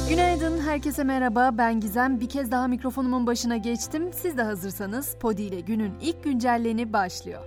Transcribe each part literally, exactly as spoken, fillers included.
Günaydın, herkese merhaba. Ben Gizem. Bir kez daha mikrofonumun başına geçtim. Siz de hazırsanız Podi ile günün ilk güncelleni başlıyor.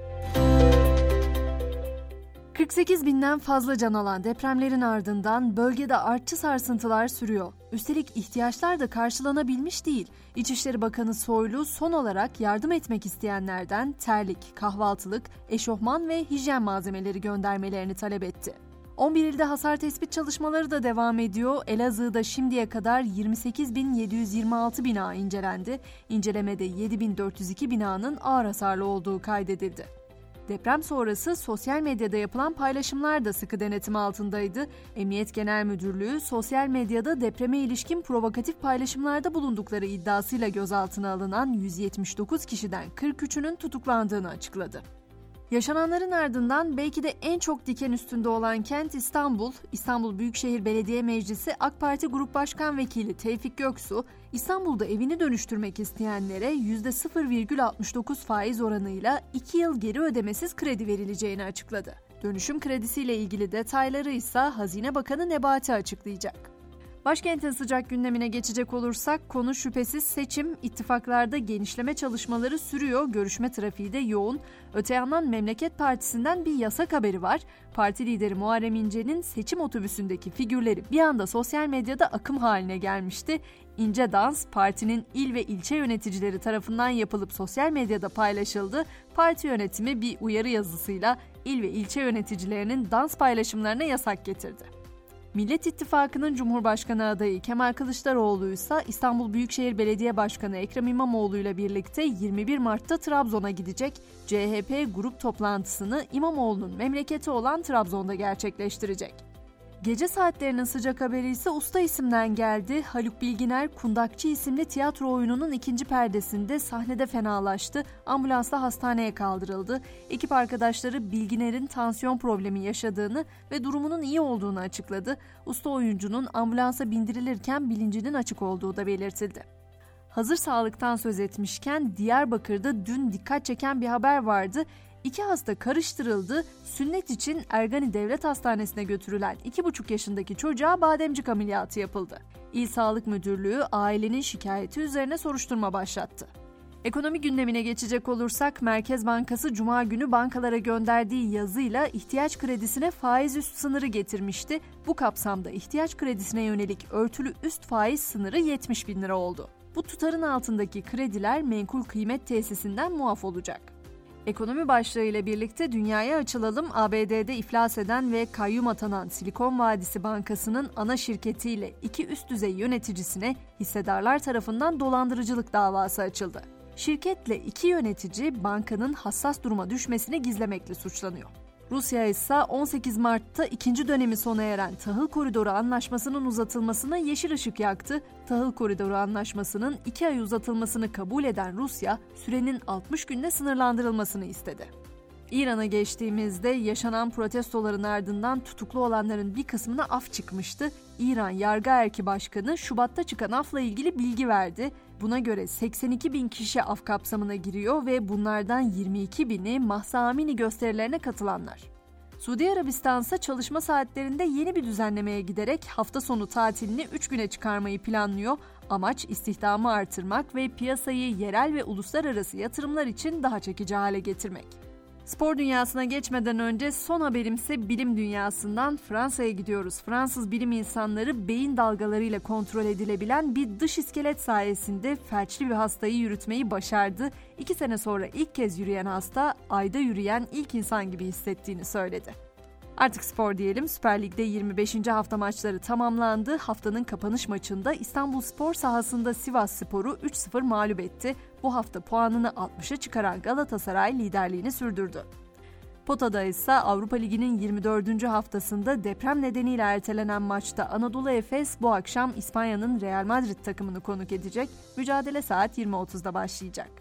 kırk sekiz binden fazla can alan depremlerin ardından bölgede artçı sarsıntılar sürüyor. Üstelik ihtiyaçlar da karşılanabilmiş değil. İçişleri Bakanı Soylu son olarak yardım etmek isteyenlerden terlik, kahvaltılık, eşofman ve hijyen malzemeleri göndermelerini talep etti. on bir ilde hasar tespit çalışmaları da devam ediyor. Elazığ'da şimdiye kadar yirmi sekiz bin yedi yüz yirmi altı bina incelendi. İncelemede yedi bin dört yüz iki binanın ağır hasarlı olduğu kaydedildi. Deprem sonrası sosyal medyada yapılan paylaşımlar da sıkı denetim altındaydı. Emniyet Genel Müdürlüğü sosyal medyada depreme ilişkin provokatif paylaşımlarda bulundukları iddiasıyla gözaltına alınan yüz yetmiş dokuz kişiden kırk üçünün tutuklandığını açıkladı. Yaşananların ardından belki de en çok diken üstünde olan kent İstanbul. İstanbul Büyükşehir Belediye Meclisi AK Parti Grup Başkan Vekili Tevfik Göksu, İstanbul'da evini dönüştürmek isteyenlere yüzde sıfır virgül altmış dokuz faiz oranıyla iki yıl geri ödemesiz kredi verileceğini açıkladı. Dönüşüm kredisiyle ilgili detayları ise Hazine Bakanı Nebati açıklayacak. Başkentin sıcak gündemine geçecek olursak konu şüphesiz seçim. İttifaklarda genişleme çalışmaları sürüyor, görüşme trafiği de yoğun. Öte yandan Memleket Partisi'nden bir yasak haberi var. Parti lideri Muharrem İnce'nin seçim otobüsündeki figürleri bir anda sosyal medyada akım haline gelmişti. İnce dans partinin il ve ilçe yöneticileri tarafından yapılıp sosyal medyada paylaşıldı. Parti yönetimi bir uyarı yazısıyla il ve ilçe yöneticilerinin dans paylaşımlarına yasak getirdi. Millet İttifakı'nın Cumhurbaşkanı adayı Kemal Kılıçdaroğlu ise İstanbul Büyükşehir Belediye Başkanı Ekrem İmamoğlu ile birlikte yirmi bir Mart'ta Trabzon'a gidecek. C H P grup toplantısını İmamoğlu'nun memleketi olan Trabzon'da gerçekleştirecek. Gece saatlerinin sıcak haberi ise usta isimden geldi. Haluk Bilginer, Kundakçı isimli tiyatro oyununun ikinci perdesinde sahnede fenalaştı. Ambulansla hastaneye kaldırıldı. Ekip arkadaşları Bilginer'in tansiyon problemi yaşadığını ve durumunun iyi olduğunu açıkladı. Usta oyuncunun ambulansa bindirilirken bilincinin açık olduğu da belirtildi. Hazır sağlıktan söz etmişken Diyarbakır'da dün dikkat çeken bir haber vardı. İki hasta karıştırıldı. Sünnet için Ergani Devlet Hastanesi'ne götürülen iki buçuk yaşındaki çocuğa bademcik ameliyatı yapıldı. İl Sağlık Müdürlüğü ailenin şikayeti üzerine soruşturma başlattı. Ekonomi gündemine geçecek olursak Merkez Bankası Cuma günü bankalara gönderdiği yazıyla ihtiyaç kredisine faiz üst sınırı getirmişti. Bu kapsamda ihtiyaç kredisine yönelik örtülü üst faiz sınırı yetmiş bin lira oldu. Bu tutarın altındaki krediler menkul kıymet tesisinden muaf olacak. Ekonomi başlığıyla birlikte dünyaya açılalım. A B D'de iflas eden ve kayyum atanan Silikon Vadisi Bankası'nın ana şirketiyle iki üst düzey yöneticisine hissedarlar tarafından dolandırıcılık davası açıldı. Şirketle iki yönetici bankanın hassas duruma düşmesini gizlemekle suçlanıyor. Rusya ise on sekiz Mart'ta ikinci dönemi sona eren Tahıl Koridoru Anlaşması'nın uzatılmasına yeşil ışık yaktı. Tahıl Koridoru Anlaşması'nın iki ay uzatılmasını kabul eden Rusya, sürenin altmış günde sınırlandırılmasını istedi. İran'a geçtiğimizde yaşanan protestoların ardından tutuklu olanların bir kısmına af çıkmıştı. İran Yargı Erki Başkanı Şubat'ta çıkan afla ilgili bilgi verdi. Buna göre seksen iki bin kişi af kapsamına giriyor ve bunlardan yirmi iki bini Mahsa Amini gösterilerine katılanlar. Suudi Arabistan ise çalışma saatlerinde yeni bir düzenlemeye giderek hafta sonu tatilini üç güne çıkarmayı planlıyor. Amaç istihdamı artırmak ve piyasayı yerel ve uluslararası yatırımlar için daha çekici hale getirmek. Spor dünyasına geçmeden önce son haberimse bilim dünyasından. Fransa'ya gidiyoruz. Fransız bilim insanları beyin dalgalarıyla kontrol edilebilen bir dış iskelet sayesinde felçli bir hastayı yürütmeyi başardı. İki sene sonra ilk kez yürüyen hasta ayda yürüyen ilk insan gibi hissettiğini söyledi. Artık spor diyelim. Süper Lig'de yirmi beşinci hafta maçları tamamlandı. Haftanın kapanış maçında İstanbulspor sahasında Sivasspor'u üç sıfır mağlup etti. Bu hafta puanını altmışa çıkaran Galatasaray liderliğini sürdürdü. Potada ise Avrupa Ligi'nin yirmi dördüncü haftasında deprem nedeniyle ertelenen maçta Anadolu Efes bu akşam İspanya'nın Real Madrid takımını konuk edecek. Mücadele saat yirmi otuzda başlayacak.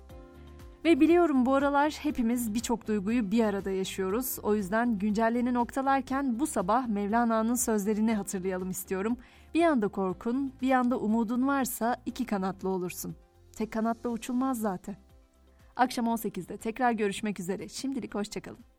Ve biliyorum bu aralar hepimiz birçok duyguyu bir arada yaşıyoruz. O yüzden güncelleni noktalarken bu sabah Mevlana'nın sözlerini hatırlayalım istiyorum. Bir yanda korkun, bir yanda umudun varsa iki kanatlı olursun. Tek kanatla uçulmaz zaten. Akşam on sekizde tekrar görüşmek üzere. Şimdilik hoşçakalın.